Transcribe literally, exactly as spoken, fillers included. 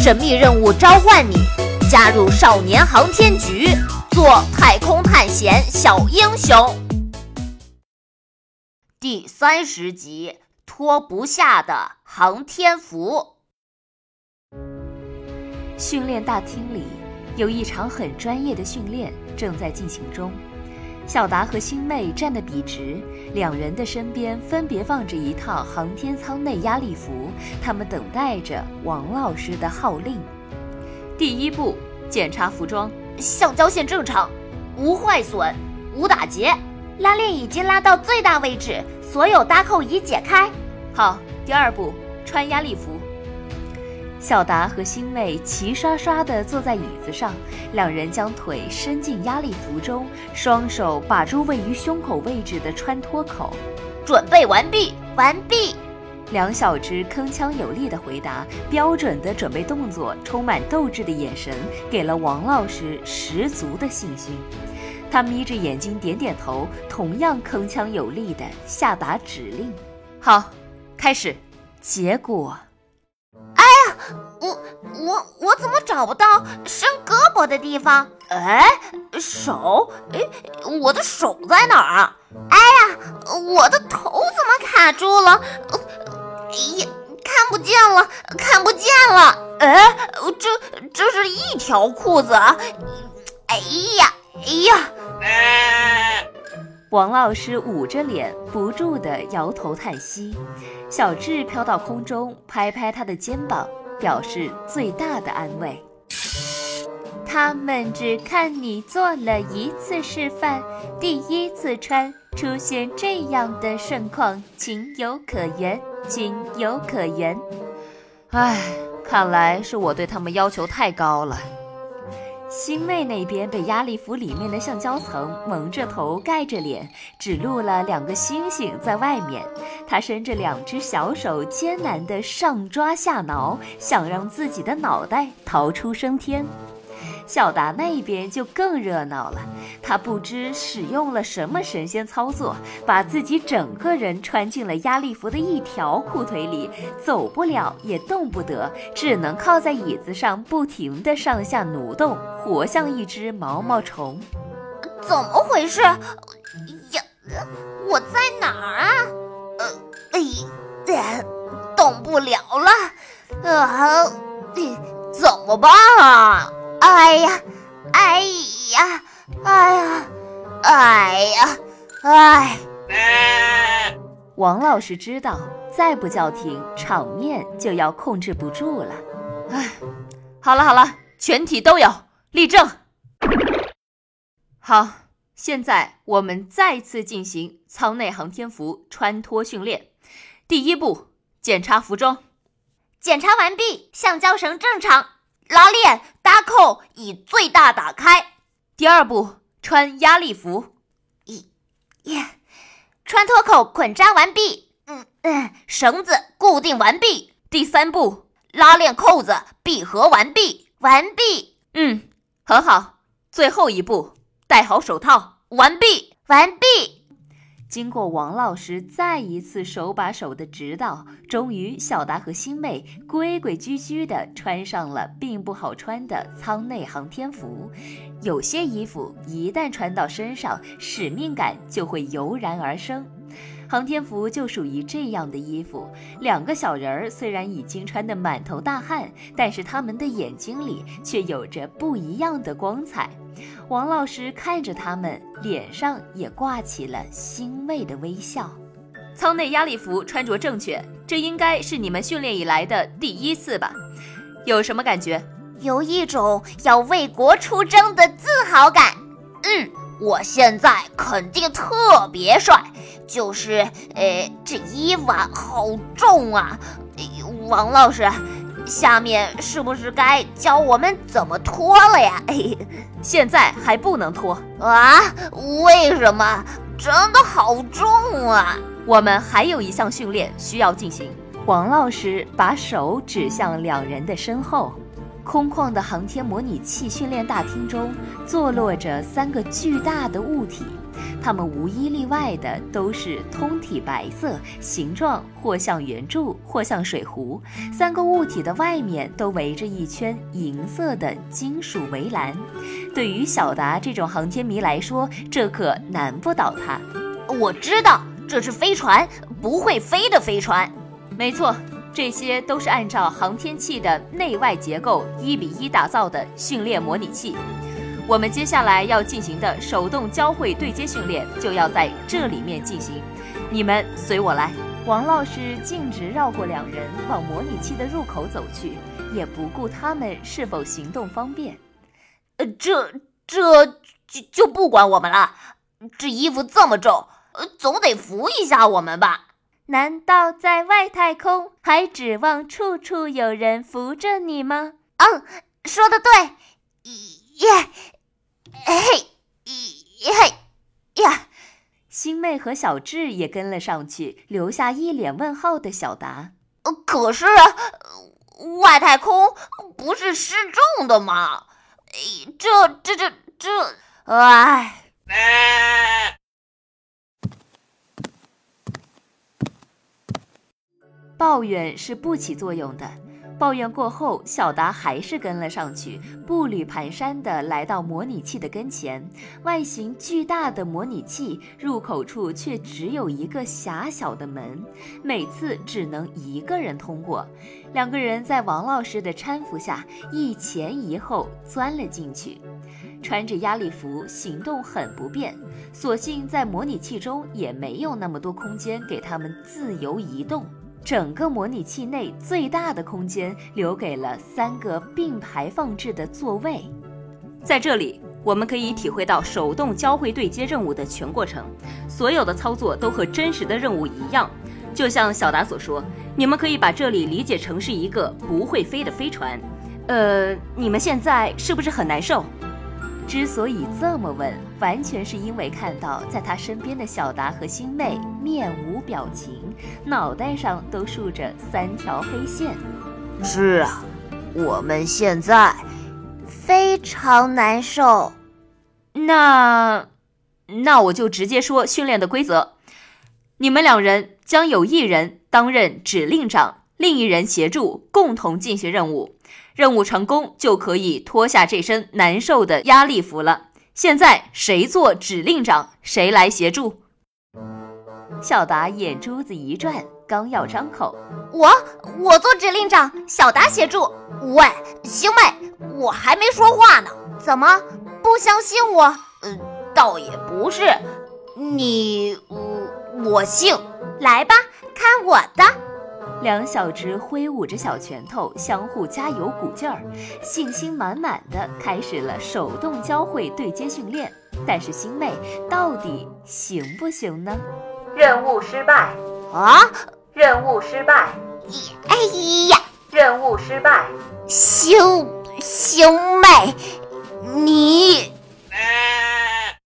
神秘任务召唤你，加入少年航天局，做太空探险小英雄。第三十集，脱不下的航天服。 训练大厅里有一场很专业的训练正在进行中。小达和星妹站得笔直，两人的身边分别放着一套航天舱内压力服，他们等待着王老师的号令。第一步，检查服装， 橡胶线正常，无坏损，无打结，拉链已经拉到最大位置，所有搭扣已解开。 好，第二步，穿压力服。小达和星妹齐刷刷地坐在椅子上，两人将腿伸进压力服中，双手把住位于胸口位置的穿脱口。 准备完毕，完毕。 两小只铿锵有力的回答，标准的准备动作，充满斗志的眼神，给了王老师十足的信心。他眯着眼睛点点头，同样铿锵有力地下达指令。好，开始。结果哎呀，我我我怎么找不到伸胳膊的地方？哎，手，哎，我的手在哪儿啊？哎呀，我的头怎么卡住了？哎呀，看不见了，看不见了！哎，这这是一条裤子啊！哎呀，哎呀！ 王老师捂着脸，不住地摇头叹息。小智飘到空中，拍拍他的肩膀，表示最大的安慰。他们只看你做了一次示范，第一次穿出现这样的盛况，情有可原，情有可原。唉，看来是我对他们要求太高了。星妹那边被压力服里面的橡胶层蒙着头盖着脸，只露了两个星星在外面。她伸着两只小手，艰难地上抓下挠，想让自己的脑袋逃出升天。小达那边就更热闹了，他不知使用了什么神仙操作，把自己整个人穿进了压力服的一条裤腿里，走不了也动不得，只能靠在椅子上不停地上下蠕动，活像一只毛毛虫。 怎么回事呀？我在哪儿啊？呃，哎，动不了了，啊，怎么办啊？哎呀，哎呀，哎呀，哎呀，哎！ 王老师知道，再不叫停，场面就要控制不住了。哎，好了好了，全体都有，立正。好，现在我们再次进行舱内航天服穿脱训练。第一步，检查服装。 检查完毕，橡胶绳正常。拉链搭扣已最大打开。 第二步，穿压力服。 一耶，穿脱口捆扎完毕。嗯嗯，绳子固定完毕。 第三步， 拉链扣子闭合完毕。完毕。 嗯，很好。最后一步，戴好手套。完毕。 完毕。 经过王老师再一次手把手的指导，终于小达和星妹规规矩矩地穿上了并不好穿的舱内航天服。有些衣服一旦穿到身上，使命感就会油然而生。航天服就属于这样的衣服，两个小人儿虽然已经穿得满头大汗，但是他们的眼睛里却有着不一样的光彩。王老师看着他们，脸上也挂起了欣慰的微笑。舱内压力服穿着正确，这应该是你们训练以来的第一次吧？有什么感觉？ 有一种要为国出征的自豪感。嗯，我现在肯定特别帅，就是呃，这衣服啊好重啊。王老师，下面是不是该教我们怎么脱了呀？ 现在还不能脱啊？为什么？真的好重啊！ 我们还有一项训练需要进行。王老师把手指向两人的身后。 空旷的航天模拟器训练大厅中坐落着三个巨大的物体，它们无一例外的都是通体白色，形状或像圆柱，或像水壶。三个物体的外面都围着一圈银色的金属围栏。对于小达这种航天迷来说，这可难不倒他。 我知道，这是飞船，不会飞的飞船。 没错，这些都是按照航天器的内外结构一比一打造的训练模拟器。我们接下来要进行的手动交会对接训练就要在这里面进行，你们随我来。王老师径直绕过两人，往模拟器的入口走去，也不顾他们是否行动方便。 呃，这这就就不管我们了，这衣服这么重，呃，总得扶一下我们吧？ 难道在外太空还指望处处有人扶着你吗？ 嗯，说得对。耶，嘿，嘿呀！ 星妹和小智也跟了上去，留下一脸问号的小达。 可是外太空不是失重的吗？这这这这，唉。 抱怨是不起作用的。抱怨过后，小达还是跟了上去，步履蹒跚地来到模拟器的跟前。外形巨大的模拟器入口处却只有一个狭小的门，每次只能一个人通过。两个人在王老师的搀扶下一前一后钻了进去。穿着压力服，行动很不便，所幸在模拟器中也没有那么多空间给他们自由移动。整个模拟器内最大的空间留给了三个并排放置的座位。在这里，我们可以体会到手动交会对接任务的全过程，所有的操作都和真实的任务一样。就像小达所说，你们可以把这里理解成是一个不会飞的飞船。呃，你们现在是不是很难受？之所以这么问，完全是因为看到在他身边的小达和星妹面无表情，脑袋上都竖着三条黑线。 是啊，我们现在非常难受。 那那我就直接说训练的规则。你们两人将有一人担任指令长，另一人协助，共同进行任务。任务成功就可以脱下这身难受的压力服了。现在谁做指令长，谁来协助。小达眼珠子一转，刚要张口， 我我做指令长，小达协助。喂，星妹，我还没说话呢，怎么不相信我？呃，倒也不是，你、呃、我信。来吧，看我的。 两小只挥舞着小拳头，相互加油鼓劲儿，信心满满的开始了手动交会对接训练。但是星妹到底行不行呢？任务失败啊！ 任务失败！ 哎呀！ 任务失败！ 星星妹，你